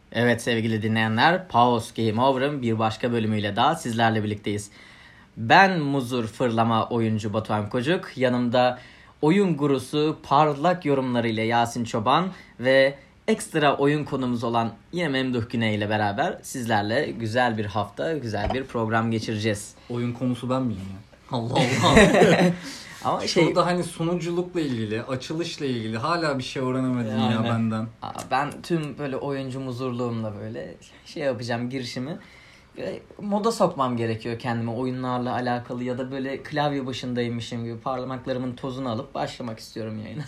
Evet sevgili dinleyenler, Pause Game Over'ın bir başka bölümüyle daha sizlerle birlikteyiz. Ben muzur fırlama oyuncu Batuhan Kocuk, yanımda oyun gurusu parlak yorumlarıyla Yasin Çoban ve ekstra oyun konumuz olan yine Memduh Güney ile beraber sizlerle güzel bir hafta, güzel bir program geçireceğiz. Oyun konusu ben miyim ya? Allah Allah. Ama Şurada hani sunuculukla ilgili, açılışla ilgili hala bir şey öğrenemedin ya benden. Ben tüm böyle oyuncu muzurluğumla böyle şey yapacağım, girişimi moda sokmam gerekiyor kendime oyunlarla alakalı ya da böyle klavye başındaymışım gibi parmaklarımın tozunu alıp başlamak istiyorum yayına.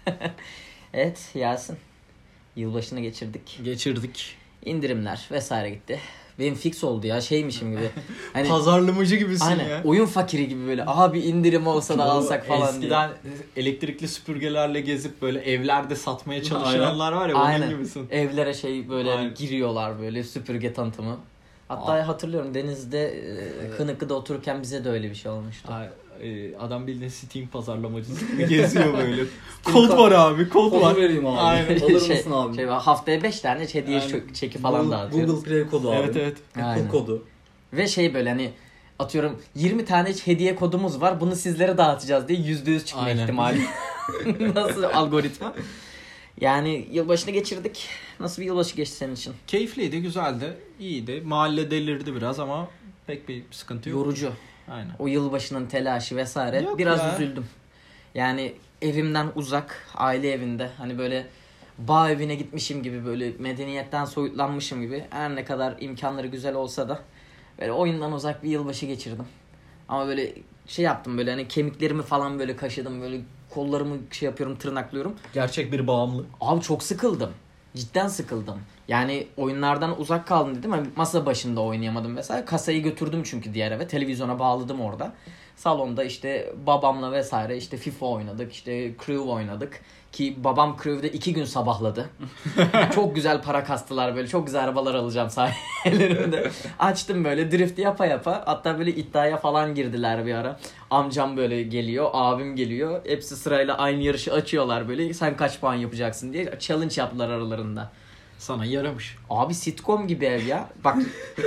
Evet Yasin, yılbaşını geçirdik. İndirimler vesaire gitti. Benim fix oldu ya, şeymişim gibi. Hani, pazarlamacı gibisin aynen, ya. oyun fakiri gibi böyle. Aha bir indirim olsa da alsak falan diye. Eskiden elektrikli süpürgelerle gezip böyle evlerde satmaya çalışanlar var ya, onun gibisin. Evlere şey böyle giriyorlar böyle süpürge tanıtımı. Hatta hatırlıyorum Deniz'de Kınıklı'da otururken bize de öyle bir şey olmuştu. Adam bildiğin Steam pazarlamacısı gibi geziyor böyle. Kod var abi, kod var. Kodu vereyim abi. Aynen. Alır mısın abi? Haftaya 5 tane hediye çeki falan dağıtıyoruz. Google Play kodu abi. Evet. Apple kodu. Ve böyle hani atıyorum 20 tane hediye kodumuz var. Bunu sizlere dağıtacağız diye %100 çıkma ihtimali. Nasıl algoritma? Yani yılbaşını geçirdik. Nasıl bir yılbaşı geçti senin için? Keyifliydi, güzeldi, iyiydi. Mahalle delirdi biraz ama pek bir sıkıntı yok. Yorucu. Aynen. O yılbaşının telaşı vesaire. Yok biraz ya. Üzüldüm. Yani evimden uzak, aile evinde hani böyle bağ evine gitmişim gibi, böyle medeniyetten soyutlanmışım gibi. Her ne kadar imkanları güzel olsa da böyle oyundan uzak bir yılbaşı geçirdim. Ama böyle şey yaptım, böyle hani kemiklerimi falan böyle kaşıdım, böyle kollarımı şey yapıyorum, tırnaklıyorum. Gerçek bir bağımlı. Abi çok sıkıldım. Cidden sıkıldım. Yani oyunlardan uzak kaldım dedim ama masa başında oynayamadım mesela. Kasayı götürdüm çünkü diğer eve. Televizyona bağladım orada. Salonda işte babamla vesaire işte FIFA oynadık, işte Crew oynadık. Ki babam Crew'de 2 gün sabahladı. Çok güzel para kastılar böyle. Çok güzel arabalar alacağım sayelerinde. Açtım böyle drift yapa yapa. Hatta böyle iddiaya falan girdiler bir ara. Amcam böyle geliyor, abim geliyor. Hepsi sırayla aynı yarışı açıyorlar böyle. Sen kaç puan yapacaksın diye challenge yaptılar aralarında. Sana yaramış. Abi sitcom gibi ev ya. Bak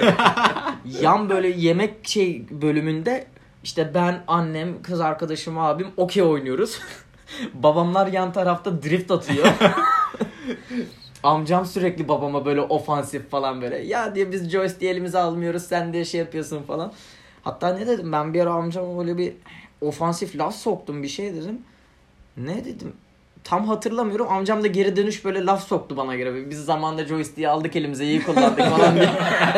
yan böyle yemek bölümünde işte ben, annem, kız arkadaşım, abim okey oynuyoruz. Babamlar yan tarafta drift atıyor. Amcam sürekli babama böyle ofansif falan böyle. Ya diye biz joystick elimize almıyoruz, sen diye şey yapıyorsun falan. Hatta ne dedim ben bir ara amcama böyle bir ofansif laf soktum, bir şey dedim. Ne dedim? Tam hatırlamıyorum. Amcam da geri dönüş böyle laf soktu bana göre. Biz zamanında joystick'i aldık elimize, iyi kullandık falan diye.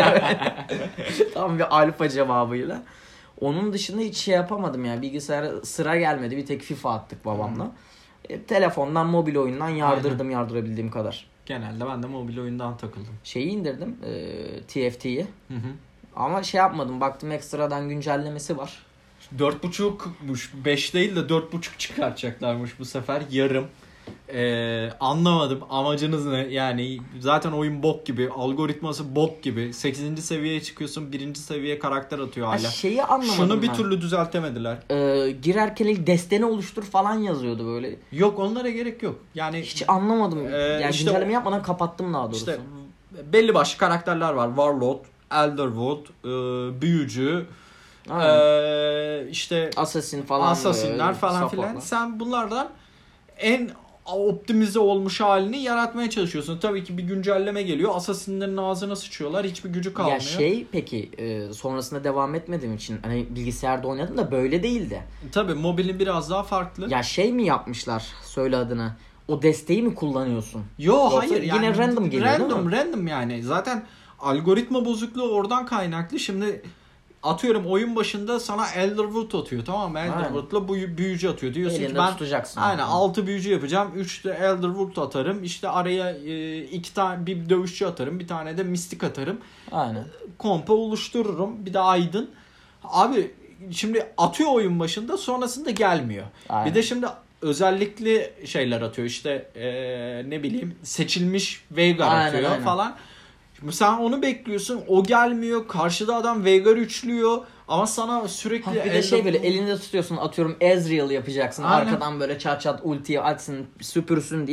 Tam bir alfa cevabıyla. Onun dışında hiç şey yapamadım yani. Bilgisayara sıra gelmedi. Bir tek FIFA attık babamla. Telefondan, mobil oyundan yardırabildiğim kadar. Genelde ben de mobil oyundan takıldım. Şeyi indirdim. TFT'yi. Ama şey yapmadım. Baktım ekstradan güncellemesi var. 4.5'muş. 5 değil de 4.5 çıkartacaklarmış bu sefer. Yarım. Anlamadım. Amacınız ne? Yani zaten oyun bok gibi. Algoritması bok gibi. 8. seviyeye çıkıyorsun. 1. seviyeye karakter atıyor hala. Şeyi anlamadım. Şunu bir türlü düzeltemediler. Girerken ilk desteni oluştur falan yazıyordu böyle. Yok, onlara gerek yok. Yani hiç anlamadım. Yani işte güncelleme yapmadan kapattım daha doğrusu. İşte belli başlı karakterler var. Warlord, Elderwood, büyücü, işte Assassin falan, Assassinler falan filan. Sen bunlardan en optimize olmuş halini yaratmaya çalışıyorsun. Tabii ki bir güncelleme geliyor. Assassinlerin ağzına sıçıyorlar. Hiçbir gücü kalmıyor. Ya peki sonrasında devam etmediğim için hani bilgisayarda oynadım da böyle değildi. Tabii mobilin biraz daha farklı. Ya mi yapmışlar, söyle adını. O desteği mi kullanıyorsun? Hayır. Yine yani random geliyor değil mi? Random yani. Zaten algoritma bozukluğu oradan kaynaklı. Şimdi atıyorum oyun başında sana Elderwood atıyor, tamam mı? Elderwood'la büyücü atıyor. Diyorsun elinde ki ben tutacaksın. Aynen 6 büyücü yapacağım. 3 de Elderwood atarım. İşte araya 2 tane bir dövüşçü atarım. Bir tane de mistik atarım. Aynen. Kompa oluştururum. Bir de aydın. Abi şimdi atıyor oyun başında, sonrasında gelmiyor. Aynen. Bir de şimdi özellikli şeyler atıyor. İşte ne bileyim seçilmiş Veigar atıyor falan. Şimdi sen onu bekliyorsun. O gelmiyor. Karşıda adam Veigar üçlüyor. Ama sana sürekli... Bir de böyle elinde tutuyorsun, atıyorum Ezreal yapacaksın. Aynen. Arkadan böyle çat çat ultiyi açsın, süpürsün diye.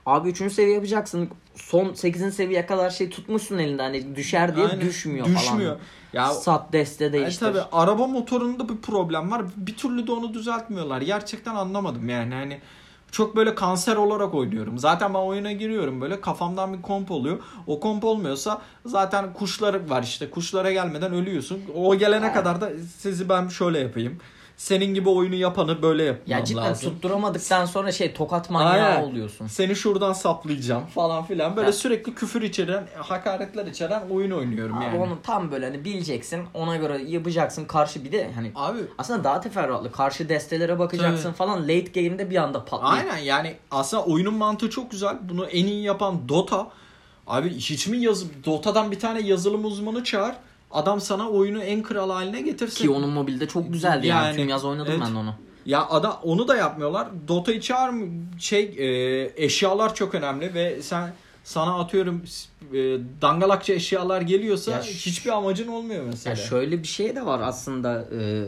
Abi 3. seviye yapacaksın. Son 8. seviyeye kadar şey tutmuşsun elinde. Hani düşer diye Aynen. düşmüyor Düşmüyor. falan. Ya Sat deste değiştir. tabii araba motorunda bir problem var. Bir türlü de onu düzeltmiyorlar. Gerçekten anlamadım yani. Hani çok böyle kanser olarak oynuyorum. Zaten ben oyuna giriyorum böyle kafamdan bir komp oluyor. O komp olmuyorsa zaten kuşlar var işte. Kuşlara gelmeden ölüyorsun. O gelene kadar da sizi ben şöyle yapayım. Senin gibi oyunu yapanı böyle yapmam Ya cidden lazım. tutturamadıktan sonra tokat manyağı Aynen. oluyorsun. Seni şuradan saplayacağım falan filan. Böyle Ya. sürekli küfür içeren, hakaretler içeren oyun oynuyorum Abi yani. onu tam böyle hani bileceksin. Ona göre yapacaksın. Karşı bir de hani Abi aslında daha teferruatlı. Karşı destelere bakacaksın Tabii. falan. Late game'de bir anda patlıyor. aynen yani aslında oyunun mantığı çok güzel. Bunu en iyi yapan Dota. Abi hiç mi Dota'dan bir tane yazılım uzmanı çağır. Adam sana oyunu en kral haline getirsin. Ki onun mobilde çok güzeldi yani. Yani, Tüm yaz oynadım evet. ben de onu. Ya onu da yapmıyorlar. Dota'yı çağır eşyalar çok önemli ve sana atıyorum dangalakça eşyalar geliyorsa Ya hiçbir amacın olmuyor mesela. Ya şöyle bir şey de var aslında.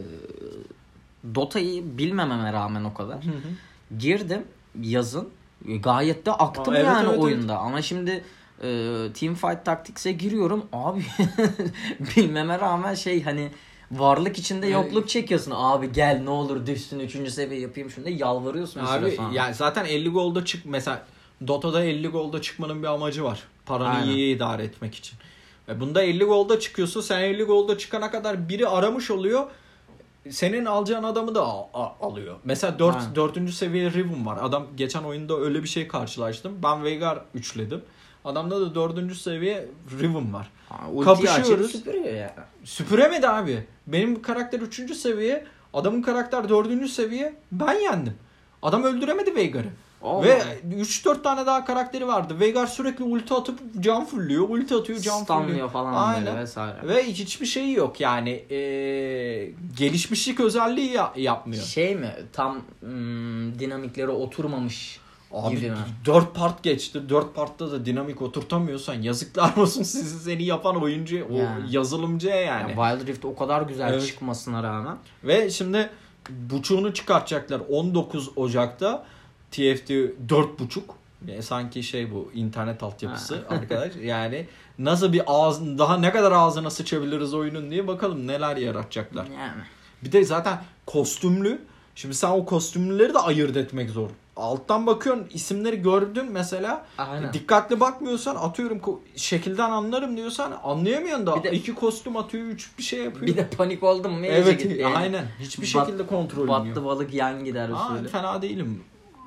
Dota'yı bilmememe rağmen o kadar. Girdim yazın. Gayet de aktım Evet, yani evet, oyunda. Ama şimdi Teamfight Tactics'e giriyorum. Abi bilmeme rağmen hani varlık içinde yokluk çekiyorsun. Abi gel ne olur düşsün 3. seviye yapayım şunu da yalvarıyorsun bir süre Abi sonra. yani zaten 50 golda mesela Dota'da 50 golda çıkmanın bir amacı var. Paranı Aynen. iyi idare etmek için. Ve bunda 50 golda çıkıyorsun. Sen 50 golda çıkana kadar biri aramış oluyor. Senin alacağın adamı da alıyor. Mesela 4. seviye Riven var. Adam geçen oyunda öyle bir şey karşılaştım. Ben Veigar üçledim. Adamda da 4. seviye Riven var. Ultiyi açıp Kapışıyoruz. süpürüyor ya. Süpüremedi abi. Benim karakter 3. seviye. Adamın karakter 4. seviye. Ben yendim. Adam öldüremedi Veigar'ı. Ve 3-4 tane daha karakteri vardı. Veigar sürekli ulti atıp can fulluyor. Ulti atıyor can fulluyor. Stunlıyor falan Aynen. böyle vesaire. Ve hiçbir şeyi yok yani. Gelişmişlik özelliği yapmıyor. Mi? Tam dinamikleri oturmamış Abi gibi mi? 4 part geçti. 4 partta da dinamik oturtamıyorsan yazıklar olsun seni yapan oyuncu, o Yani. yazılımcıya yani. Wild Rift o kadar güzel Evet. çıkmasına rağmen. Ve şimdi buçuğunu çıkartacaklar 19 Ocak'ta. TFT 4.5. Sanki bu internet altyapısı arkadaş. Yani nasıl daha ne kadar ağzına sıçabiliriz oyunun diye bakalım neler yaratacaklar. Yani. Bir de zaten kostümlü. Şimdi sen o kostümlüleri de ayırt etmek zor. Alttan bakıyorsun isimleri gördün mesela. Aynen. Dikkatli bakmıyorsan atıyorum şekilden anlarım diyorsan anlayamıyorsun da. Bir de 2 kostüm atıyor 3 bir şey yapıyor. Bir de panik oldum mu? Evet iyice gitti yani. aynen. Hiçbir şekilde kontrolün yok. Battı balık yan gider usulü. Fena değilim.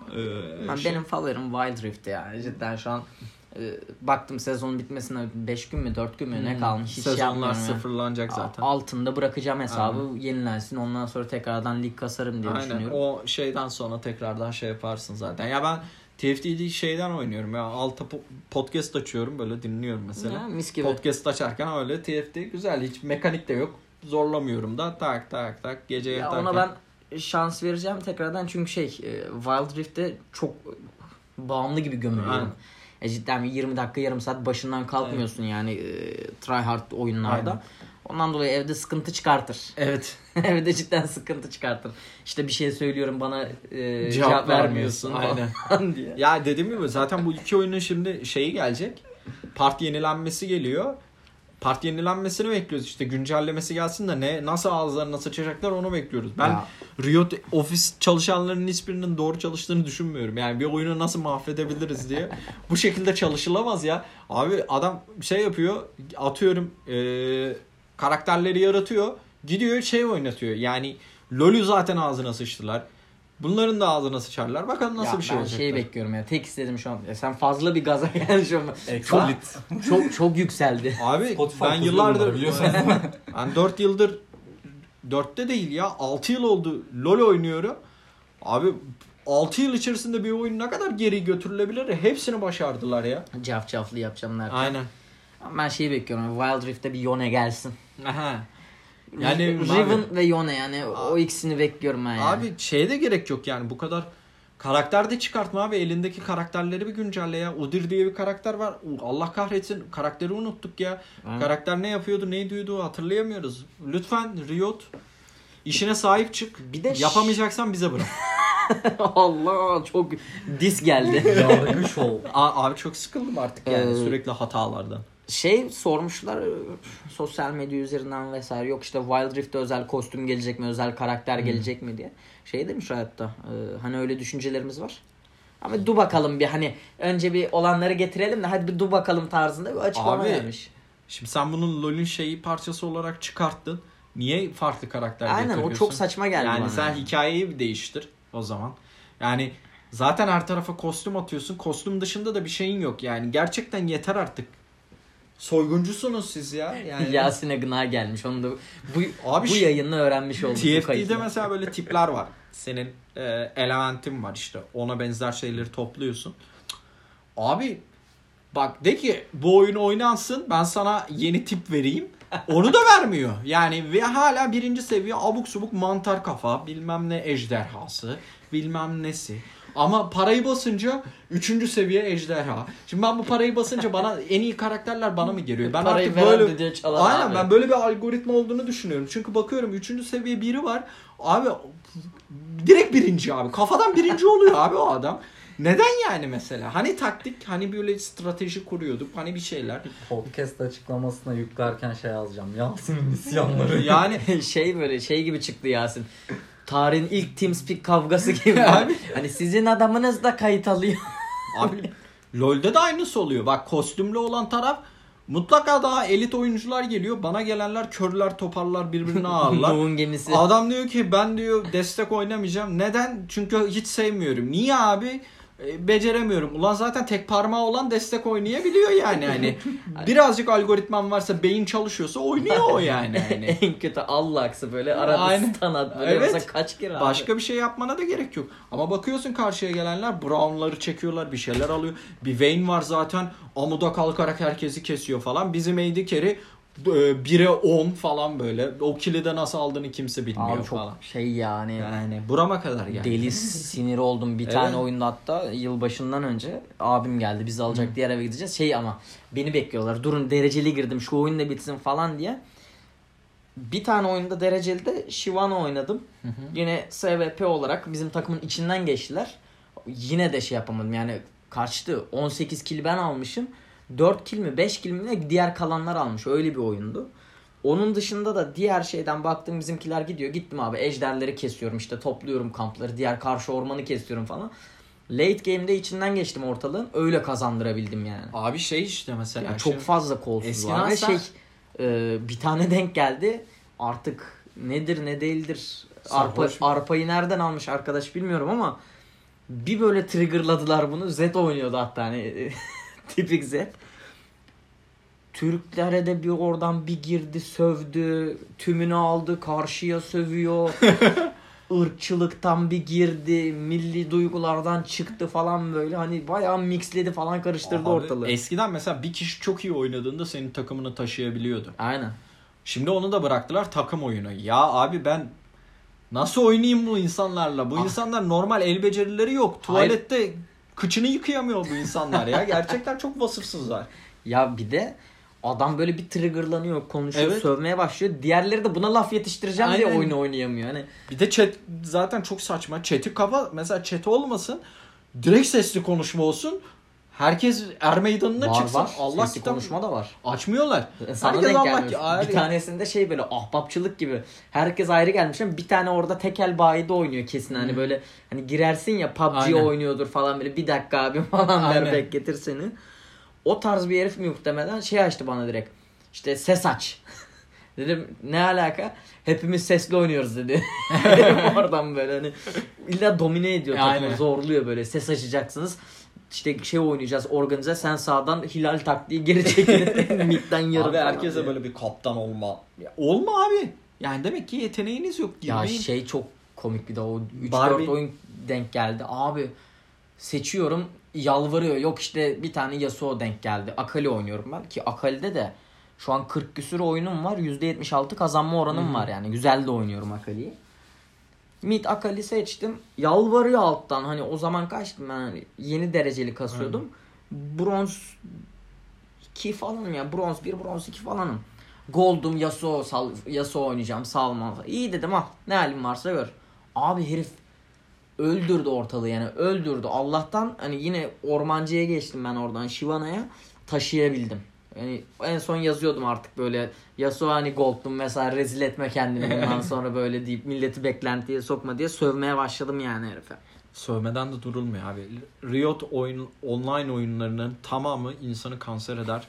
Benim favorim Wild Rift yani. Cidden şu an baktım sezonun bitmesine 5 gün mü 4 gün mü ne kalmış hiç Sezonlar yapmıyorum yani. sıfırlanacak zaten. Altında bırakacağım hesabı yenilensin ondan sonra tekrardan lig kasarım diye düşünüyorum. O şeyden sonra tekrardan yaparsın zaten. Ya ben TFT'de şeyden oynuyorum ya. Alta podcast açıyorum böyle dinliyorum mesela. Ya, mis gibi. Podcast açarken öyle TFT güzel. Hiç mekanik de yok. Zorlamıyorum da tak tak tak gece Ya yatarken. ona ben şans vereceğim tekrardan çünkü Wild Rift'te çok bağımlı gibi gömülüyorum. Cidden 20 dakika yarım saat başından kalkmıyorsun yani tryhard oyunlarda. Aynen. Ondan dolayı evde sıkıntı çıkartır. Evet. Evde cidden sıkıntı çıkartır. İşte bir şey söylüyorum bana cevap vermiyorsun Aynen. falan diye. Ya dediğim gibi zaten bu iki oyunun şimdi gelecek. Part yenilenmesi geliyor. Part yenilenmesini bekliyoruz işte güncellemesi gelsin de nasıl ağızlarına sıçacaklar onu bekliyoruz. Ben Riot ofis çalışanlarının hiçbirinin doğru çalıştığını düşünmüyorum. Yani bir oyunu nasıl mahvedebiliriz diye. Bu şekilde çalışılamaz ya. Abi adam yapıyor atıyorum karakterleri yaratıyor gidiyor oynatıyor. Yani LoL'ü zaten ağzına sıçtılar. Bunların da ağzına sıçarlar. Bakalım nasıl bir şey olacak. Ben bekliyorum ya. Tek istedim şu an. Sen fazla bir gaza geldin şu an. Çok yükseldi. Abi Spotify ben yıllardır biliyorsunuz. ben 4 yıldır 4'te değil ya 6 yıl oldu LoL oynuyorum. Abi 6 yıl içerisinde bir oyun ne kadar geri götürülebilir? Hepsini başardılar ya. Cafcaflı yapacağım derken. Aynen. Ben bekliyorum. Wild Rift'te bir Yone gelsin. Aha. Yani Riven ve Yone yani o ikisini bekliyorum ben yani. Abi de gerek yok yani bu kadar karakter de çıkartma abi elindeki karakterleri bir güncelle ya. Udyr diye bir karakter var. Allah kahretsin karakteri unuttuk ya. Aynen. Karakter ne yapıyordu ne ediyordu hatırlayamıyoruz. Lütfen Riot işine sahip çık. Bir de yapamayacaksan bize bırak. Allah çok dis geldi. Yargı şov. Abi çok sıkıldım artık yani Ee, sürekli hatalardan. Şey sormuşlar sosyal medya üzerinden vesaire, yok işte Wild Rift'e özel kostüm gelecek mi, özel karakter gelecek mi diye. Şey demiş hayatta, hani öyle düşüncelerimiz var. Ama dur bakalım bir, hani önce bir olanları getirelim de hadi bir dur bakalım tarzında bir açıklama Abi, vermiş. Şimdi sen bunun LoL'ün şeyi parçası olarak çıkarttın. Niye farklı karakter Aynen, getiriyorsun? o çok saçma geldi yani bana. sen hikayeyi bir değiştir o zaman. Yani zaten her tarafa kostüm atıyorsun. Kostüm dışında da bir şeyin yok. Yani gerçekten yeter artık. Soyguncusunuz siz ya. Yani Yasin'e gına gelmiş. Onu da Abi bu yayınla öğrenmiş olduk. bu TFT'de kayıtla. mesela böyle tipler var. Senin elementin var işte. Ona benzer şeyleri topluyorsun. Abi bak de ki bu oyun oynansın, ben sana yeni tip vereyim. Onu da vermiyor. Yani ve hala birinci seviye abuk subuk mantar kafa, bilmem ne ejderhası, bilmem nesi. Ama parayı basınca 3. seviye ejderha. Şimdi ben bu parayı basınca bana en iyi karakterler bana mı geliyor? Ben Parayı artık veren böyle de diyor çalan aynen abi. ben böyle bir algoritma olduğunu düşünüyorum. Çünkü bakıyorum 3. seviye biri var. Abi direkt birinci abi. Kafadan birinci oluyor abi o adam. Neden yani mesela? Hani taktik, hani böyle strateji kuruyorduk, hani bir şeyler. Podcast açıklamasına yüklerken şey yazacağım. Yasin'in isyanları. Yani Böyle şey gibi çıktı Yasin. Tarihin ilk TeamSpeak kavgası gibi. Abi. Hani sizin adamınız da kayıt alıyor. abi LoL'de de aynısı oluyor. Bak kostümlü olan taraf mutlaka daha elit oyuncular geliyor. Bana gelenler körler, toparlar, birbirine ağırlar. Nuh'un gemisi. Adam diyor ki ben diyor destek oynamayacağım. Neden? Çünkü hiç sevmiyorum. Niye abi? Beceremiyorum. Ulan zaten tek parmağı olan destek oynayabiliyor yani. Hani birazcık algoritman varsa, beyin çalışıyorsa oynuyor o yani. Hani. En kötü Allah'sı böyle arada Aynen. stun at böyle. Evet. Yoksa kaç kere abi. Başka bir şey yapmana da gerek yok. Ama bakıyorsun karşıya gelenler Brown'ları çekiyorlar, bir şeyler alıyor. Bir Vayne var zaten amuda kalkarak herkesi kesiyor falan. Bizim AD Carry 1'e 10 falan böyle. O kill'i de nasıl aldığını kimse bilmiyor Abi çok falan. şey yani. Yani burama kadar yani. Deli sinir oldum. Bir Evet. tane oyunda hatta yılbaşından önce abim geldi. Bizi alacak, diğer eve gideceğiz. Şey ama beni bekliyorlar. Durun dereceli girdim şu oyun da bitsin falan diye. Bir tane oyunda dereceli de Shyvana oynadım. Yine SVP olarak bizim takımın içinden geçtiler. Yine de şey yapamadım. Yani kaçtı? 18 kill ben almışım. 4 kill mi 5 kill mi ne diğer kalanlar almış. Öyle bir oyundu. Onun dışında da diğer şeyden baktım bizimkiler gidiyor. Gittim abi ejderleri kesiyorum işte, topluyorum kampları. Diğer karşı ormanı kesiyorum falan. Late game'de içinden geçtim ortalığın. Öyle kazandırabildim yani. Abi şey işte mesela. Yani çok fazla kolsuz eskiden var ve sen- bir tane denk geldi. Artık nedir ne değildir. Sarhoş mu? Arpayı nereden almış arkadaş bilmiyorum ama bir böyle triggerladılar bunu. Zed oynuyordu hatta hani tipik Zed. Türklere de bir oradan bir girdi, sövdü, tümünü aldı, karşıya sövüyor. Irkçılıktan bir girdi, milli duygulardan çıktı falan böyle. Hani bayağı mixledi falan, karıştırdı Abi, ortalığı. Eskiden mesela bir kişi çok iyi oynadığında senin takımını taşıyabiliyordu. Aynen. Şimdi onu da bıraktılar, takım oyunu. Ya abi ben nasıl oynayayım bu insanlarla? Bu insanlar normal el becerileri yok. Tuvalette kıçını yıkayamıyor bu insanlar ya. Gerçekten çok vasıfsızlar. Ya bir de adam böyle bir triggerlanıyor, konuşuyor, Evet. sövmeye başlıyor. Diğerleri de buna laf yetiştireceğim diye Aynen. oyunu oynayamıyor. Hani Bir de chat zaten çok saçma. Chat'i kapa, mesela chat olmasın. Direkt sesli konuşma olsun. Herkes er meydanına çıksın. Allah sesli kitap konuşma da var. açmıyorlar. Sana Herkes denk Allah gelmiş. Bir tanesinde şey böyle ahbapçılık gibi. Herkes ayrı gelmiş ama bir tane orada tekel bayide oynuyor kesin. Hani böyle hani girersin ya PUBG Aynen. oynuyordur falan, böyle bir dakika abi falan der, Aynen. bekletir seni. O tarz bir herif muhtemelen şey açtı bana direkt. İşte ses aç. Dedim ne alaka? Hepimiz sesli oynuyoruz dedi. Oradan böyle hani illa domine ediyor takımı, Aynen. zorluyor böyle. Ses açacaksınız. İşte şey oynayacağız organize, sen sağdan hilal taktiği geri çekilin midden yarım Abi falan herkese diye. böyle bir kaptan olma. Ya, olma abi. Yani demek ki yeteneğiniz yok. Ya Girmeyin. şey çok komik bir de o 3-4 Barbie- oyun denk geldi. Abi seçiyorum, yalvarıyor. Yok işte bir tane Yasuo denk geldi. Akali oynuyorum ben ki Akali'de de şu an 40 küsür oyunum var. %76 kazanma oranım var yani. Güzel de oynuyorum Akali'yi. Mid Akali seçtim. Yalvarıyor alttan. Hani o zaman kaçtım ben? Hani yeni dereceli kasıyordum. Bronz 2 falanım ya. Bronz 1, bronz 2 falanım. Gold'um, Yasuo oynayacağım. Salma. İyi dedim, al. Ne halim varsa gör. Abi herif öldürdü ortalığı, yani öldürdü. Allah'tan hani yine ormancıya geçtim ben, oradan Shyvana'ya taşıyabildim. Yani en son yazıyordum artık böyle, Yasuo hani gold'um vesaire, rezil etme kendini bundan sonra böyle deyip milleti beklentiye sokma diye sövmeye başladım yani herife. Sövmeden de durulmuyor abi. Riot online oyunlarının tamamı insanı kanser eder.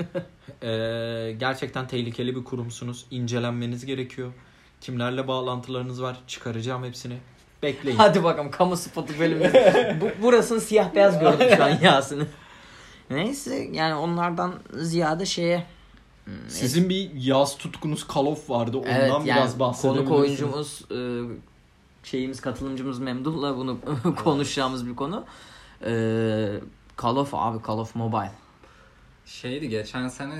Gerçekten tehlikeli bir kurumsunuz. İncelenmeniz gerekiyor. Kimlerle bağlantılarınız var? Çıkaracağım hepsini. Bekleyin. Hadi bakalım, kamu spotu bölümü. Burasını siyah beyaz gördüm şu an Yasin'in. Neyse yani onlardan ziyade şeye... Sizin bir yaz tutkunuz Call of vardı. Ondan evet, yani biraz bahsedebilirsiniz. konuk oyuncumuz, katılımcımız Memduh'la bunu konuşacağımız bir konu. Call of abi, Call of Mobile. Şeydi, geçen sene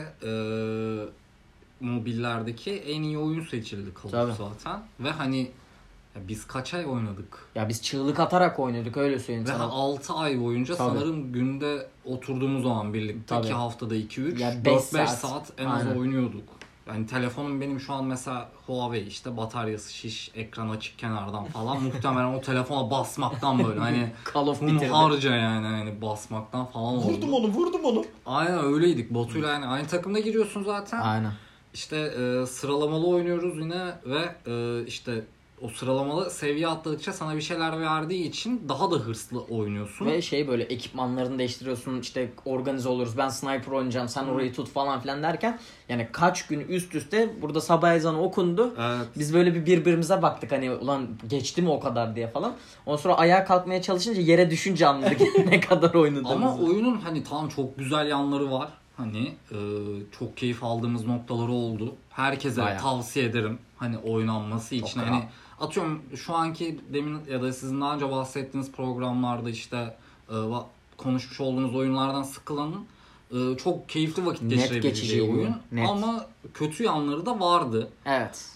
mobillerdeki en iyi oyun seçildi Call of zaten. Ve hani biz kaç ay oynadık? Ya biz çığlık atarak oynadık, öyle söyleyeyim ve sana. Ve 6 ay boyunca sanırım günde oturduğumuz zaman birlikte, ki haftada 2-3, 4-5 saat en az oynuyorduk. Yani telefonum benim şu an mesela Huawei, işte bataryası şiş, ekran açık kenardan falan. Muhtemelen o telefona basmaktan böyle hani Call of harca yani hani basmaktan falan oldu. Vurdum onu. Aynen öyleydik. Batu'yla yani aynı takımda giriyorsun zaten. Aynen. İşte sıralamalı oynuyoruz yine ve işte o sıralamalı seviye atladıkça sana bir şeyler verdiği için daha da hırslı oynuyorsun. Ve böyle ekipmanlarını değiştiriyorsun, işte organize oluruz, ben sniper oynayacağım, sen orayı tut falan filan derken yani kaç gün üst üste burada sabah ezanı okundu. Evet. Biz böyle bir birbirimize baktık hani ulan geçti mi o kadar diye falan. Ondan sonra ayağa kalkmaya çalışınca yere düşünce anladık ne kadar oynadığımızı. Ama oyunun hani tamam çok güzel yanları var. Hani çok keyif aldığımız noktaları oldu. Herkese tavsiye ederim hani oynanması için. Hani atıyorum şu anki demin ya da sizin daha önce bahsettiğiniz programlarda işte konuşmuş olduğunuz oyunlardan sıkılanın çok keyifli vakit geçirebileceği oyun. Net. Ama kötü yanları da vardı. Evet.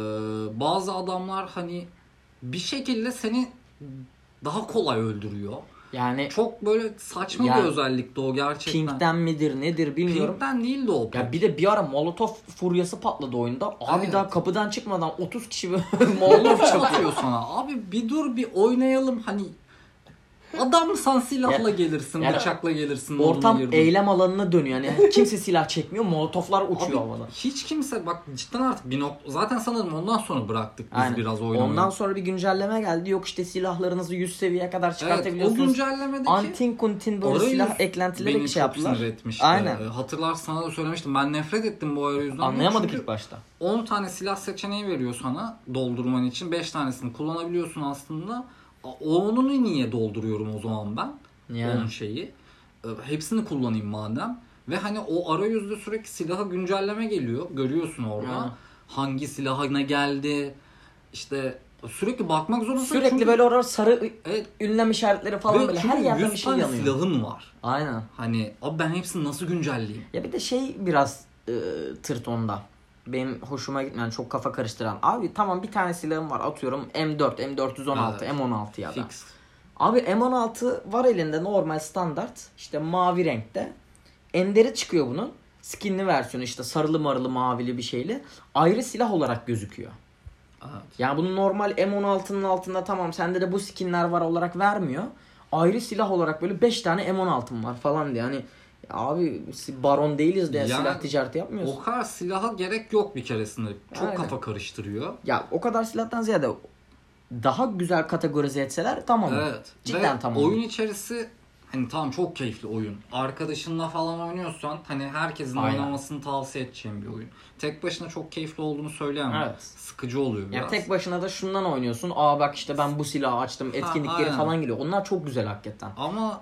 Bazı adamlar hani bir şekilde seni daha kolay öldürüyor. Yani çok böyle saçma bir özellikti o gerçekten. Pink'ten midir nedir bilmiyorum. Pink'ten değildi o. Ya bir de bir ara Molotov furyası patladı oyunda. Abi daha kapıdan çıkmadan 30 kişi Molotov çakıyor sana. Abi bir dur bir oynayalım hani. Adamsan silahla gelirsin, bıçakla gelirsin. Ortam eylem alanına dönüyor. Yani kimse silah çekmiyor, molotoflar uçuyor abi, havada. Hiç kimse bak cidden artık bir nokta. Zaten sanırım ondan sonra bıraktık biz biraz oynamayı. Ondan sonra bir güncelleme geldi. Yok işte silahlarınızı 100 seviyeye kadar çıkartabiliyorsunuz. O güncellemedeki Antin kuntin böyle silah eklentileri bir şey yaptılar. Beni çok sinir etmişti. Aynen. Hatırlarsın, sana da söylemiştim. Ben nefret ettim bu arayüzden. Anlayamadık ilk başta. 10 tane silah seçeneği veriyor sana doldurman için. 5 tanesini kullanabiliyorsun aslında. Onu niye dolduruyorum o zaman ben? Yani. Onun şeyi. Hepsini kullanayım madem. Ve hani o arayüzde sürekli silaha güncelleme geliyor. Görüyorsun orada. Ya. Hangi silaha ne geldi. İşte sürekli bakmak zorundasın. Sürekli çünkü... böyle orada sarı ünlem işaretleri falan ve böyle her yerden bir şey yanıyor. 100 tane silahın var. Aynen. Hani abi ben hepsini nasıl güncelleyeyim? Ya bir de biraz tırt onda. Benim hoşuma gitmeyen, çok kafa karıştıran. Abi tamam bir tane silahım var, atıyorum M4, M416, evet. M16 ya da. Fix. Abi M16 var elinde, normal standart. İşte mavi renkte. Enderi çıkıyor bunun. Skinli versiyonu işte sarılı marılı mavili bir şeyle. Ayrı silah olarak gözüküyor. Evet. Yani bunun normal M16'nın altında tamam sende de bu skinler var olarak vermiyor. Ayrı silah olarak böyle 5 tane M16'm var falan diye. Hani abi baron değiliz diye yani, silah ticareti yapmıyoruz. O kadar silaha gerek yok bir keresinde. Çok kafa karıştırıyor. Ya o kadar silahtan ziyade daha güzel kategorize etseler tamam. Evet. Cidden tamam. Oyun içerisi hani tamam çok keyifli oyun. Arkadaşınla falan oynuyorsan hani herkesin oynamasını tavsiye edeceğim bir oyun. Tek başına çok keyifli olduğunu söyleyemem. Evet. Sıkıcı oluyor biraz. Yani tek başına da şundan oynuyorsun. Bak işte ben bu silahı açtım. Etkinlikleri falan geliyor. Onlar çok güzel hakikaten. Ama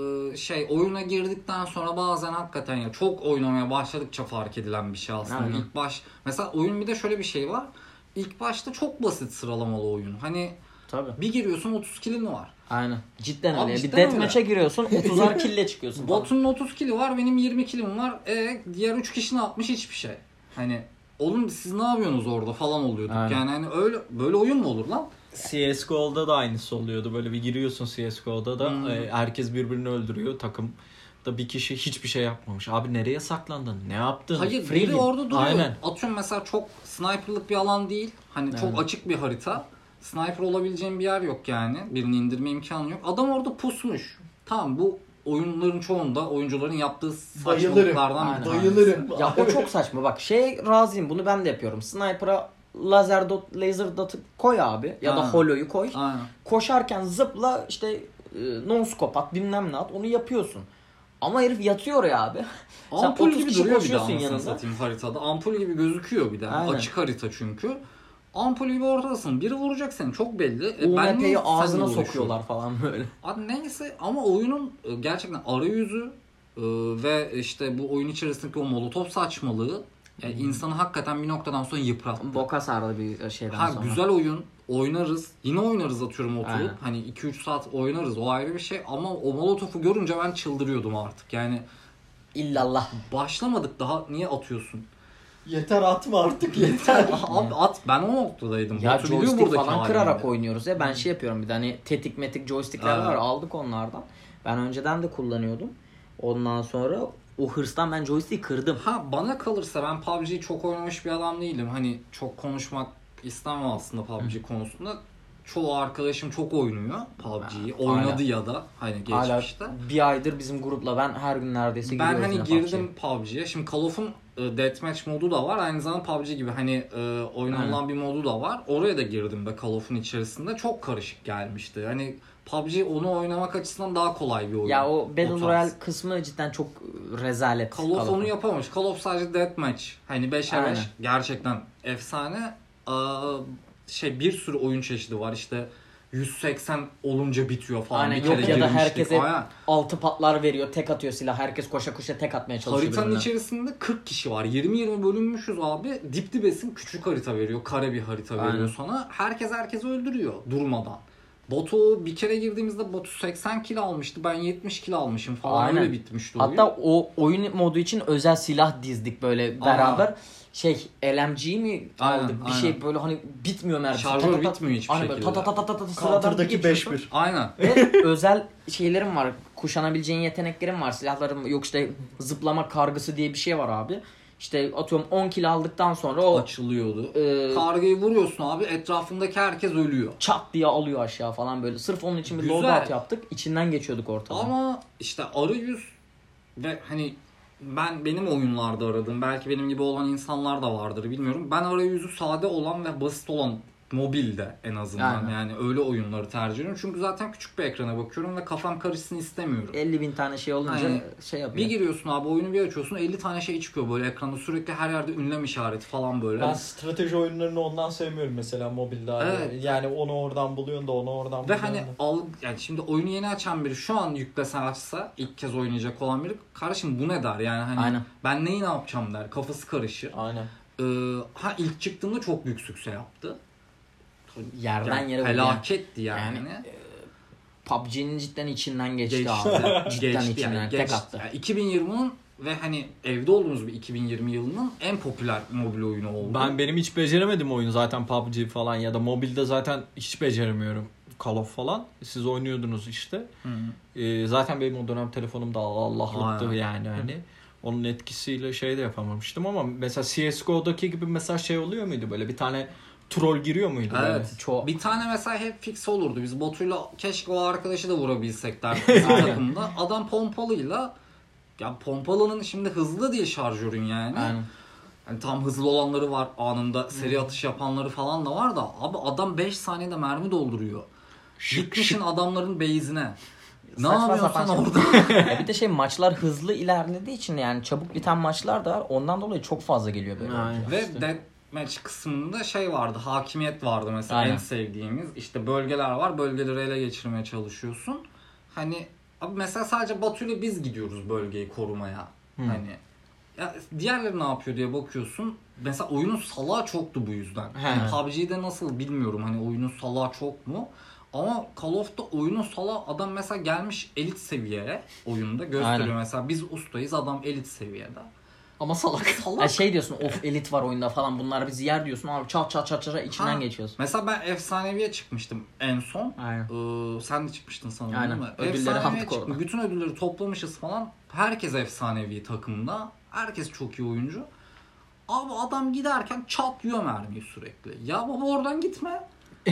oyuna girdikten sonra bazen hakikaten ya çok oynamaya başladıkça fark edilen bir şey aslında. Aynen. Mesela oyun bir de şöyle bir şey var. İlk başta çok basit sıralamalı oyun. Hani tabii. Bir giriyorsun 30 kill'in var. Aynen. Cidden öyle. Bir deathmatch'e giriyorsun 30'ar kill'le çıkıyorsun. Botunun 30 kill'i var, benim 20 kill'im var. Diğer 3 kişi ne yapmış? Hiçbir şey. Hani oğlum siz ne yapıyorsunuz orada falan oluyorduk. Aynen. Yani hani öyle böyle oyun mu olur lan? CS:GO'da da aynısı oluyordu. Böyle bir giriyorsun CS:GO'da da herkes birbirini öldürüyor. Takım da bir kişi hiçbir şey yapmamış. Abi nereye saklandın? Ne yaptın? Hayır, biri orada duruyor. Aynen. Atıyorum mesela çok sniper'lık bir alan değil. Hani çok açık bir harita. Sniper olabileceğin bir yer yok yani. Birini indirme imkanı yok. Adam orada pusmuş. Tamam, bu oyunların çoğunda oyuncuların yaptığı saçmalıklardan bir tanesi. Bayılırım. Ya o çok saçma. Bak razıyım, bunu ben de yapıyorum. Sniper'a laser dot'ı koy abi ya da holo'yu koy. Aynen. Koşarken zıpla işte no scope at bilmem ne at, onu yapıyorsun. Ama herif yatıyor ya abi. Ampul gibi duruyor bir de yanında. Satayım haritada. Ampul gibi gözüküyor bir de. Aynen. Açık harita çünkü. Ampul gibi ortadasın. Biri vuracak seni, çok belli. UMP'yi ağzına sokuyorlar falan böyle. Abi neyse, ama oyunun gerçekten arayüzü ve işte bu oyun içerisindeki o molotof saçmalığı insanı hakikaten bir noktadan sonra yıprattı. Boka sardı bir şeyden sonra. Güzel oyun, oynarız. Yine oynarız atıyorum oturup. Aynen. Hani 2-3 saat oynarız, o ayrı bir şey. Ama o molotofu görünce ben çıldırıyordum artık. Yani İllallah. başlamadık daha, niye atıyorsun? Yeter, atma artık, yeter. Abi at, ben o noktadaydım. Ya Batu biliyor joystick buradaki falan halimi. kırarak oynuyoruz ya. Ben şey yapıyorum bir de, hani tetik metik joystickler var, aldık onlardan. Ben önceden de kullanıyordum. Ondan sonra o hırstan ben joystick'i kırdım. Bana kalırsa ben PUBG'yi çok oynamış bir adam değilim. Hani çok konuşmak istemem aslında PUBG konusunda. Çoğu arkadaşım çok oynuyor PUBG'yi. Oynadı ya da hani geçmişte. Hala bir aydır bizim grupla ben her gün neredeyse giriyoruz. Ben hani yine girdim PUBG'ye. Şimdi Call of'un Deathmatch modu da var. Aynı zamanda PUBG gibi hani oynanılan bir modu da var. Oraya da girdim de Call of'un içerisinde. Çok karışık gelmişti. Hani PUBG onu oynamak açısından daha kolay bir oyun. Ya o Battle Royale kısmı cidden çok rezalet. Call of onu yapamamış. Call of sadece Deathmatch. Hani 5'e 5 Aynen. gerçekten efsane. Bir sürü oyun çeşidi var. İşte 180 olunca bitiyor falan. Aynen, Bir kere yok ya da girmiştik. herkese Aynen. 6 patlar veriyor. Tek atıyor silah. Herkes koşa koşa tek atmaya çalışıyor. Haritanın birbirine. içerisinde 40 kişi var. 20-20 bölünmüşüz abi. Dip dibesin, küçük harita veriyor. Kare bir harita veriyor Aynen. sana. Herkes öldürüyor durmadan. Batu bir kere girdiğimizde Batu 80 kill almıştı. Ben 70 kill almışım falan. Aynen. Öyle bitmişti oyun. Hatta o oyun modu için özel silah dizdik böyle beraber. LMG mi aldık? Bir şey böyle hani bitmiyor mermisi. Şarjör bitmiyor hiçbir Aynen şekilde. böyle sıradan Counter'daki 5-1. Aynen. Ve özel şeylerim var. Kuşanabileceğin yeteneklerim var. Silahlarım yok, işte zıplama kargısı diye bir şey var abi. İşte atıyorum 10 kill aldıktan sonra o açılıyordu. Kargayı vuruyorsun abi, etrafındaki herkes ölüyor. çat diye alıyor aşağı falan böyle. Sırf onun için bir Güzel. loadout yaptık. İçinden geçiyorduk ortada. Ama işte arayüz ve hani benim oyunlarda aradığım, belki benim gibi olan insanlar da vardır bilmiyorum. Ben arayüzü sade olan ve basit olan, mobilde en azından yani öyle oyunları tercih ediyorum. Çünkü zaten küçük bir ekrana bakıyorum ve kafam karışsın istemiyorum. 50.000 tane şey olunca Yani şey yapıyor. Bir giriyorsun abi, oyunu bir açıyorsun, 50 tane şey çıkıyor böyle ekranda, sürekli her yerde ünlem işareti falan böyle. Ben strateji oyunlarını ondan sevmiyorum mesela mobilde abi. Evet. Yani onu oradan buluyorsun da onu oradan Ve buluyorsun. hani yani şimdi oyunu yeni açan biri şu an yüklesen açsa, ilk kez oynayacak olan biri, kardeşim bu ne der yani, hani Aynen. ben neyi ne yapacağım der, kafası karışır. Aynen. İlk çıktığında çok büyük sükse yaptı. Yerden yere felaketti yani. PUBG'nin cidden içinden geçti Geçti. abi. Cidden Geçti içinden yani, tek geçti. attı. Yani 2020'nin ve hani evde olduğumuz bir 2020 yılının en popüler mobil oyunu oldu. Benim hiç beceremedim oyunu zaten, PUBG falan ya da mobilde zaten hiç beceremiyorum. Call of falan. Siz oynuyordunuz işte. Zaten benim o dönem telefonum da Allah'lıktı yani hani. Onun etkisiyle şey de yapamamıştım ama mesela CSGO'daki gibi mesela şey oluyor muydu, böyle bir tane troll giriyor muydu Evet. böyle? Bir tane mesela hep fix olurdu. Biz Batu'yla keşke o arkadaşı da vurabilsek derdik bizim takımda. Adam pompalıyla, ya pompalının şimdi hızlı değil şarjörün yani. Aynen. Yani tam hızlı olanları var, anında seri atış yapanları falan da var da abi adam 5 saniyede mermi dolduruyor. Gitmişin adamların base'ine. Ne yapıyorsun sen orada? Bir de maçlar hızlı ilerlediği için yani çabuk biten maçlar da var. Ondan dolayı çok fazla geliyor böyle. Aynen. Ve deathmatch kısmında vardı, hakimiyet vardı mesela. Aynen. En sevdiğimiz. İşte bölgeler var, bölgeleri ele geçirmeye çalışıyorsun. Hani abi mesela sadece Batu'yla biz gidiyoruz bölgeyi korumaya. Hani ya diğerleri ne yapıyor diye bakıyorsun. Mesela oyunun salağı çoktu bu yüzden. Yani PUBG'de nasıl bilmiyorum, hani oyunun salağı çok mu? Ama Call of'ta oyunun salağı, adam mesela gelmiş elit seviyeye oyunda gösteriyor. Aynen. Mesela biz ustayız, adam elit seviyede. Ama salak. Yani diyorsun of elit var oyunda falan, bunlar bizi yer diyorsun abi, çat içinden geçiyorsun. Mesela ben efsaneviye çıkmıştım en son. Aynen. Sen de çıkmıştın sanırım Aynen. değil mi? Ödülleri Efsaneviye aldık orada. bütün ödülleri toplamışız falan. Herkes efsanevi takımda. Herkes çok iyi oyuncu. Abi adam giderken çat yiyor mermiyi sürekli. Ya baba oradan gitme.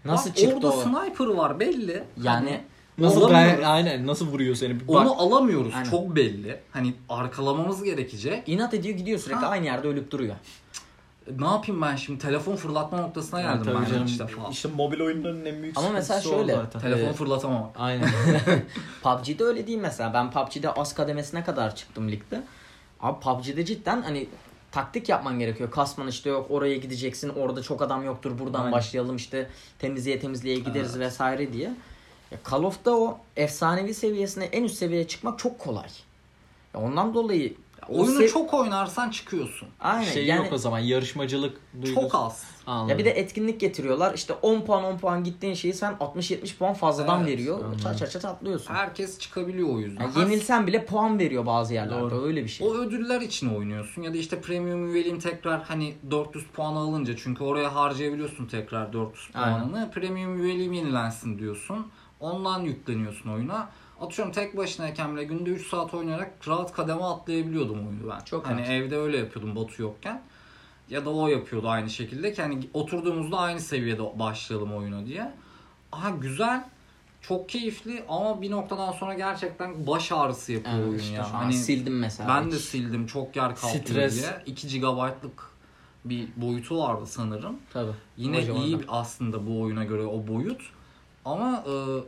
Nasıl Bak, çıktı orada o? sniper var belli. Yani Nasıl alamıyoruz. aynen nasıl vuruyor seni? Bir bak. Onu alamıyoruz. Aynen. Çok belli. Hani arkalamamız gerekecek. inat ediyor gidiyor sürekli Ha. aynı yerde ölüp duruyor. Ne yapayım ben şimdi? Telefon fırlatma noktasına geldim Tabii ben canım. ilk defa. İşte mobil oyunların en büyük Ama mesela sıkıntısı o şöyle, zaten. Telefon fırlatamam. Aynen. PUBG'de öyle değil mesela. Ben PUBG'de az kademesine kadar çıktım ligde. Abi PUBG'de cidden hani taktik yapman gerekiyor. Kasman işte yok oraya gideceksin. Orada çok adam yoktur. Buradan Aynen. başlayalım işte temizliğe gideriz vesaire diye. Ya Call of'ta o efsanevi seviyesine en üst seviyeye çıkmak çok kolay. Ya ondan dolayı Oyunu çok oynarsan çıkıyorsun. aynen Şey yani yok o zaman yarışmacılık duygusu. Çok az. Anladım. ya bir de etkinlik getiriyorlar. İşte 10 puan gittiğin şeyi sen 60-70 puan fazladan Evet, veriyor. anladım. Çat atlıyorsun. Herkes çıkabiliyor o yüzden. Yani yenilsen bile puan veriyor bazı yerlerde. Doğru. Öyle bir şey. O ödüller için oynuyorsun ya da işte premium üyeliğin tekrar hani 400 puan alınca çünkü oraya harcayabiliyorsun tekrar 400 puanını. Premium üyeliğim yenilensin diyorsun. Ondan yükleniyorsun oyuna. Atıyorum tek başınayken bile günde 3 saat oynayarak rahat kademe atlayabiliyordum oyunu ben. Çok hani rahat. evde öyle yapıyordum Batu yokken. Ya da o yapıyordu aynı şekilde ki hani oturduğumuzda aynı seviyede başlayalım oyuna diye. Aha güzel. Çok keyifli ama bir noktadan sonra gerçekten baş ağrısı yapıyor Evet, oyun işte ya. şu an Hani sildim mesela. ben de hiç. sildim çok yer kaplıyor Stres. diye. 2 GB'lık bir boyutu vardı sanırım. Tabii. Yine Kocaman iyi da. aslında bu oyuna göre o boyut. Ama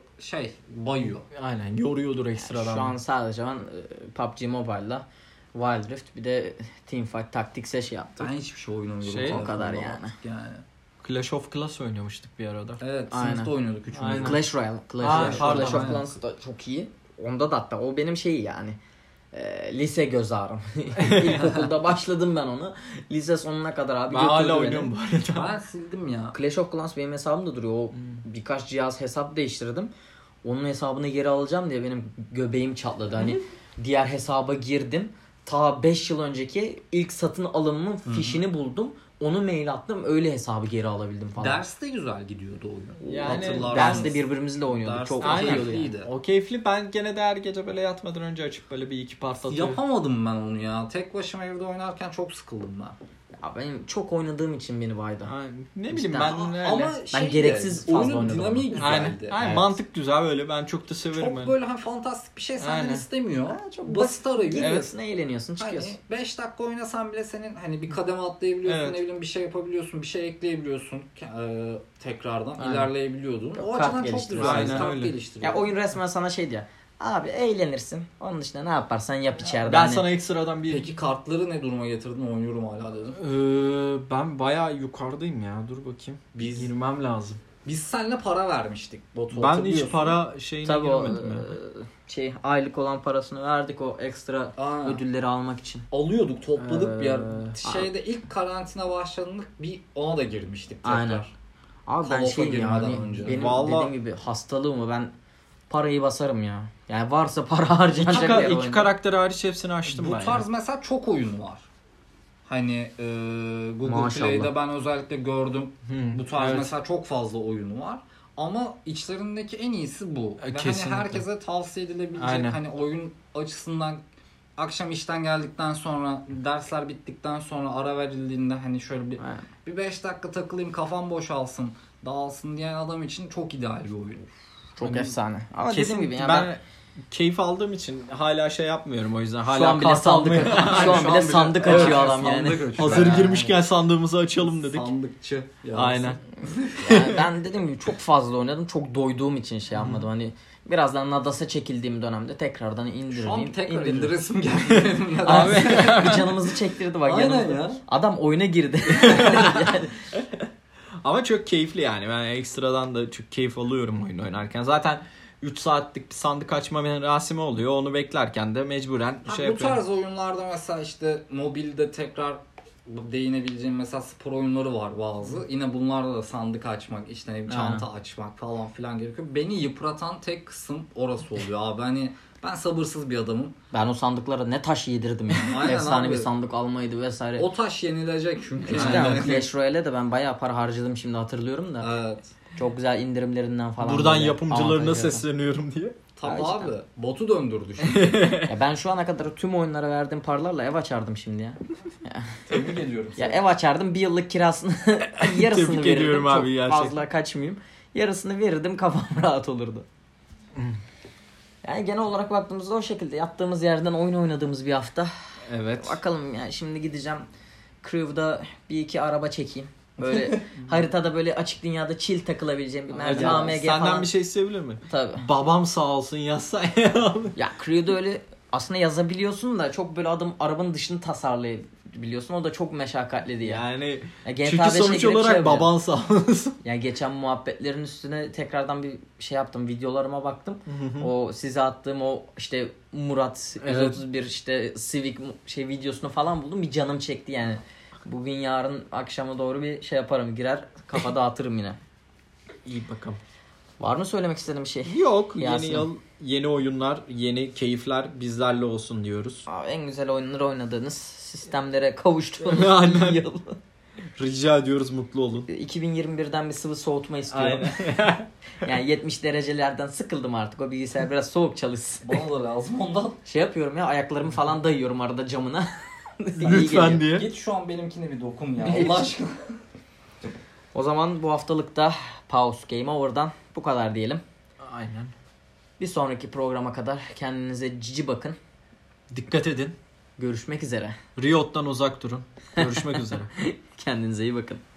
bayıyor. Aynen yoruyordur ekstradan. Şu an sadece ben PUBG Mobile'la Wild Rift bir de Teamfight Tactics'e şey yaptım. Ben hiçbir şey oynamıyorum. Şey, telefonda o kadar artık yani. Clash of Clans oynamıştık bir arada. Evet Aynen. sınıfta oynuyorduk üçümüz. Aynen. Clash Royale. pardon, Clash of aynen. Clans da çok iyi. Onda da hatta o benim şeyi yani. Lise göz ağrım. İlkokulda başladım ben onu. Lise sonuna kadar abi Ben götürdü hala beni. oynuyorum bu arada. Ben sildim ya. Clash of Clans benim hesabımda duruyor. O birkaç cihaz hesap değiştirdim. Onun hesabını geri alacağım diye benim göbeğim çatladı. Hani diğer hesaba girdim. Ta 5 yıl önceki ilk satın alımımın fişini buldum. Onu mail attım. Öyle hesabı geri alabildim falan. Derste güzel gidiyordu oyun. Yani Hatırlarsınız. Derste birbirimizle oynuyorduk. Ders Çok aynen. keyifliydi yani. keyifliydi. O keyifli. Ben gene de her gece böyle yatmadan önce açıp böyle bir iki part atıyorum. Yapamadım ben onu ya. Tek başıma evde oynarken çok sıkıldım ben. Ya benim çok oynadığım için beni baydı. Aynen. Ne bileyim İşte ben öyle. Ama gereksiz fazla oyunun oynadım dinamiği onu. güzeldi. Aynen. Aynen. Evet. Mantık güzel böyle. Ben çok da severim. Çok yani. böyle hani fantastik bir şey senden Aynen. istemiyor. Ha, çok basit arayüz. Giriyorsun, eğleniyorsun, çıkıyorsun. Hani 5 dakika oynasan bile senin hani bir kademe atlayabiliyorsun, Evet. ne bileyim bir şey yapabiliyorsun, bir şey ekleyebiliyorsun tekrardan Aynen. ilerleyebiliyordun. O Kart açıdan çok geliştiriyorsun. güzel. Aynen Kart öyle. geliştiriyor. Ya oyun resmen sana şey diyor. Abi eğlenirsin. Onun dışında ne yaparsan yap içeride. Ben Hani sana ekstradan bir... Peki kartları ne duruma getirdin? Oynuyorum hala dedim. Ben bayağı yukarıdayım ya. Dur bakayım. Biz- Girmem lazım. Biz seninle para vermiştik. Ben Botu hiç hatırlıyorsun. para şeyine tabii o giremedim ya. aylık olan parasını verdik o ekstra Aa. ödülleri almak için. Alıyorduk, topladık bir yer. Ee, Şeyde ilk karantina başladığında bir ona da girmiştik tekrar. Aynen. Abi ben Call of'a şeyim ya girmeden hani önce. benim Vallahi- dediğim gibi hastalığımı ben parayı basarım ya. Yani varsa para harcanacak İki, bir yer iki oynarım. karakter hariç hepsini açtım Bu ben. tarz ya. mesela çok oyun var. Hani Google Maşallah. Play'de ben özellikle gördüm. Bu tarz evet. mesela çok fazla oyunu var. Ama içlerindeki en iyisi bu. Ve Kesinlikle. hani herkese tavsiye edilebilecek Aynen. hani oyun açısından akşam işten geldikten sonra dersler bittikten sonra ara verildiğinde hani şöyle bir Aynen. bir 5 dakika takılayım kafam boşalsın dağılsın diyen adam için çok ideal bir oyun. Çok Hani efsane. Ama Kesin dediğim gibi yani ben keyif aldığım için hala şey yapmıyorum o yüzden. şu Hala an bile kart sandık almaya- şu an bile sandık açıyor adam yani. sandık açıyor. Hazır Yani. girmişken sandığımızı açalım dedik. Sandıkçı. yazsın. Aynen. Yani ben dediğim gibi çok fazla oynadım. Çok doyduğum için şey yapmadım. Hani birazdan Nadas'a çekildiğim dönemde tekrardan indirir Şu an miyim? tekrar İndiririm. indiresim geldi. Abi bir canımızı çektirdi bak Aynen yanımızda. ya. Adam oyuna girdi. Ama çok keyifli yani. Ben ekstradan da çok keyif alıyorum oyun oynarken. Zaten 3 saatlik bir sandık açma merasimi oluyor. Onu beklerken de mecburen Ha, şey bu yapıyorum. tarz oyunlarda mesela işte mobilde tekrar değinebileceğim mesela spor oyunları var bazı. Yine bunlarda da sandık açmak, işte ne bileyim çanta açmak falan filan gerekiyor. Beni yıpratan tek kısım orası oluyor abi. Hani ben sabırsız bir adamım. Ben o sandıklara ne taş yedirdim ya. Aynen Efsane abi. bir sandık almaydı vesaire. O taş yenilecek çünkü. İşte Yani. Clash Royale'e de ben bayağı para harcadım şimdi hatırlıyorum da. Evet. Çok güzel indirimlerinden falan. Buradan böyle yapımcılarına avantajı. sesleniyorum diye. Tabii Ha, abi. Botu döndürdü şimdi. Ya ben şu ana kadar tüm oyunlara verdiğim paralarla ev açardım şimdi ya. Tebrik ediyorum Ya seni. ev açardım bir yıllık kirasını yarısını Tebrik verirdim. ediyorum Çok abi gerçekten. fazla kaçmayayım. Yarısını verirdim, kafam rahat olurdu. Yani genel olarak baktığımızda o şekilde yattığımız yerden oyun oynadığımız bir hafta. Evet. Bakalım yani şimdi gideceğim Crew'da bir iki araba çekeyim. Böyle haritada böyle açık dünyada chill takılabileceğim bir Mercedes AMG Senden falan. bir şey isteyebilir mi? Tabii. Babam sağ olsun yazsa. Ya Crew'da öyle aslında yazabiliyorsun da çok böyle arabanın dışını tasarlayabiliyorsun. O da çok meşakkatli diye. Yani ya GTA çünkü 5'e sonuç girip olarak şey baban sağ olsun. Yani geçen muhabbetlerin üstüne tekrardan bir şey yaptım. Videolarıma baktım. O size attığım o işte Murat 131 işte Civic şey videosunu falan buldum. Bir canım çekti yani. Bugün yarın akşama doğru bir şey yaparım. Girer kafa dağıtırım yine. İyi bakalım. Var mı söylemek istediğim bir şey? Yok. Yasin. Yeni yıl, yeni oyunlar, yeni keyifler bizlerle olsun diyoruz. Abi, en güzel oyunları oynadığınız, sistemlere kavuştuğunuz Aynen. yıl. Rica ediyoruz, mutlu olun. 2021'den bir sıvı soğutma istiyorum. Yani 70 derecelerden sıkıldım artık. O bilgisayar biraz soğuk çalışsın. Bana da lazım ondan. Şey yapıyorum ya, ayaklarımı falan dayıyorum arada camına. Lütfen diye. Git şu an benimkine bir dokun ya Allah aşkına. O zaman bu haftalıkta Pause Game Over'dan bu kadar diyelim. Aynen. Bir sonraki programa kadar kendinize cici bakın. Dikkat edin. Görüşmek üzere. Riot'tan uzak durun. Görüşmek üzere. Kendinize iyi bakın.